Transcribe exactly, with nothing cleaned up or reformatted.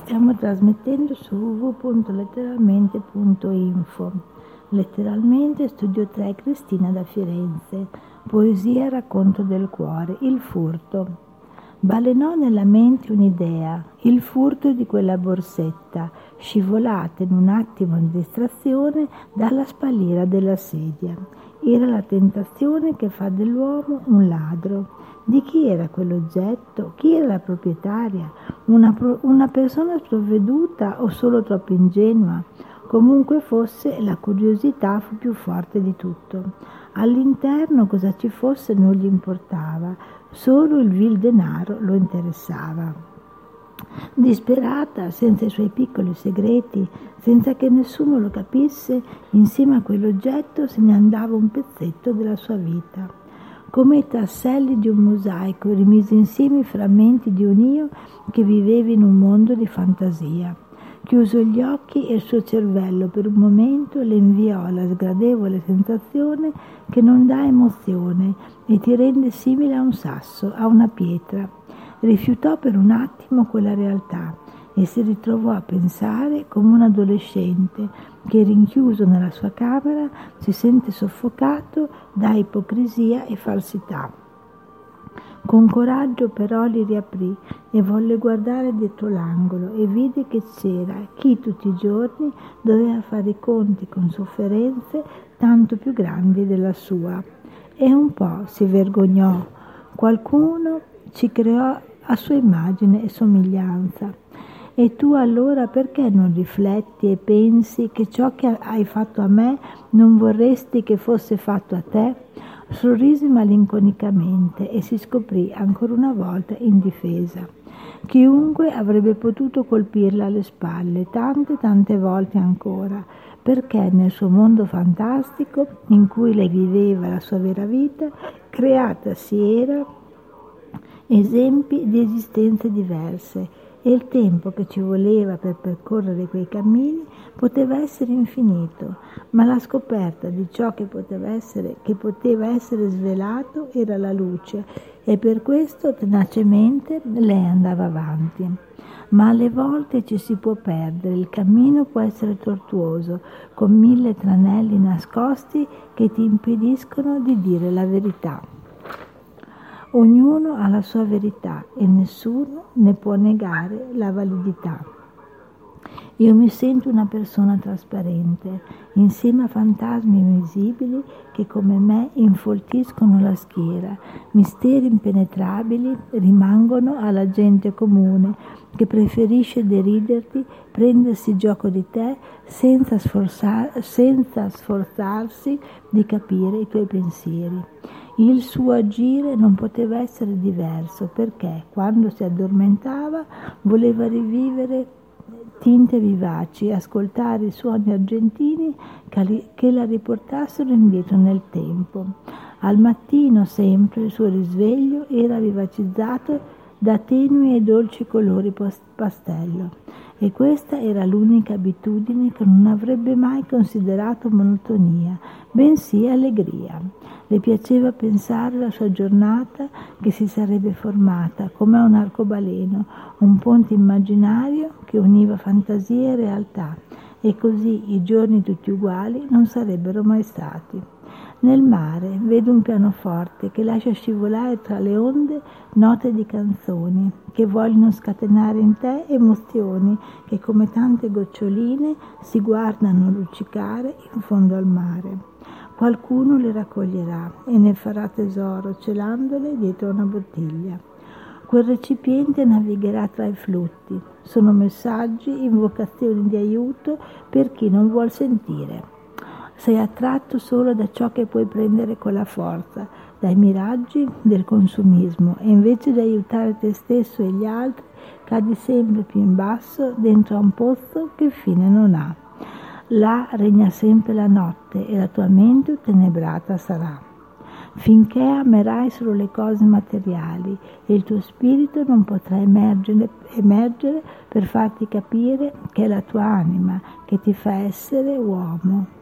Stiamo trasmettendo su w w w punto letteralmente punto info. Letteralmente, Studio tre, Cristina da Firenze. Poesia, racconto del cuore, il furto. Balenò nella mente un'idea, il furto di quella borsetta, scivolata in un attimo di distrazione dalla spalliera della sedia. Era la tentazione che fa dell'uomo un ladro. Di chi era quell'oggetto? Chi era la proprietaria? Una, una persona sprovveduta o solo troppo ingenua? Comunque fosse, la curiosità fu più forte di tutto. All'interno cosa ci fosse non gli importava, solo il vil denaro lo interessava. Disperata, senza i suoi piccoli segreti, senza che nessuno lo capisse, insieme a quell'oggetto se ne andava un pezzetto della sua vita. Come i tasselli di un mosaico rimise insieme i frammenti di un io che viveva in un mondo di fantasia. Chiuso gli occhi e il suo cervello per un momento le inviò la sgradevole sensazione che non dà emozione e ti rende simile a un sasso, a una pietra. Rifiutò per un attimo quella realtà e si ritrovò a pensare come un adolescente che, rinchiuso nella sua camera, si sente soffocato da ipocrisia e falsità. Con coraggio però li riaprì e volle guardare dietro l'angolo e vide che c'era chi tutti i giorni doveva fare i conti con sofferenze tanto più grandi della sua. E un po' si vergognò. Qualcuno ci creò a sua immagine e somiglianza. E tu allora perché non rifletti e pensi che ciò che hai fatto a me non vorresti che fosse fatto a te? Sorrise malinconicamente e si scoprì ancora una volta indifesa. Chiunque avrebbe potuto colpirla alle spalle tante tante volte ancora, perché nel suo mondo fantastico, in cui lei viveva la sua vera vita, creata si era esempi di esistenze diverse, e il tempo che ci voleva per percorrere quei cammini poteva essere infinito, ma la scoperta di ciò che poteva essere, che poteva essere svelato era la luce, e per questo tenacemente lei andava avanti. Ma alle volte ci si può perdere, il cammino può essere tortuoso, con mille tranelli nascosti che ti impediscono di dire la verità. Ognuno ha la sua verità e nessuno ne può negare la validità. Io mi sento una persona trasparente, insieme a fantasmi invisibili che come me infoltiscono la schiera, misteri impenetrabili rimangono alla gente comune che preferisce deriderti, prendersi gioco di te senza, sforzar, senza sforzarsi di capire i tuoi pensieri. Il suo agire non poteva essere diverso perché, quando si addormentava, voleva rivivere tinte vivaci, ascoltare i suoni argentini che la riportassero indietro nel tempo. Al mattino sempre il suo risveglio era vivacizzato da tenui e dolci colori pastello, e questa era l'unica abitudine che non avrebbe mai considerato monotonia, bensì allegria. Le piaceva pensare alla sua giornata che si sarebbe formata come un arcobaleno, un ponte immaginario che univa fantasia e realtà, e così i giorni tutti uguali non sarebbero mai stati. Nel mare vedo un pianoforte che lascia scivolare tra le onde note di canzoni che vogliono scatenare in te emozioni che come tante goccioline si guardano luccicare in fondo al mare. Qualcuno le raccoglierà e ne farà tesoro celandole dietro una bottiglia. Quel recipiente navigherà tra i flutti. Sono messaggi, invocazioni di aiuto per chi non vuol sentire. Sei attratto solo da ciò che puoi prendere con la forza, dai miraggi del consumismo, e invece di aiutare te stesso e gli altri cadi sempre più in basso dentro a un pozzo che fine non ha. Là regna sempre la notte e la tua mente tenebrata sarà. Finché amerai solo le cose materiali e il tuo spirito non potrà emergere, emergere per farti capire che è la tua anima che ti fa essere uomo.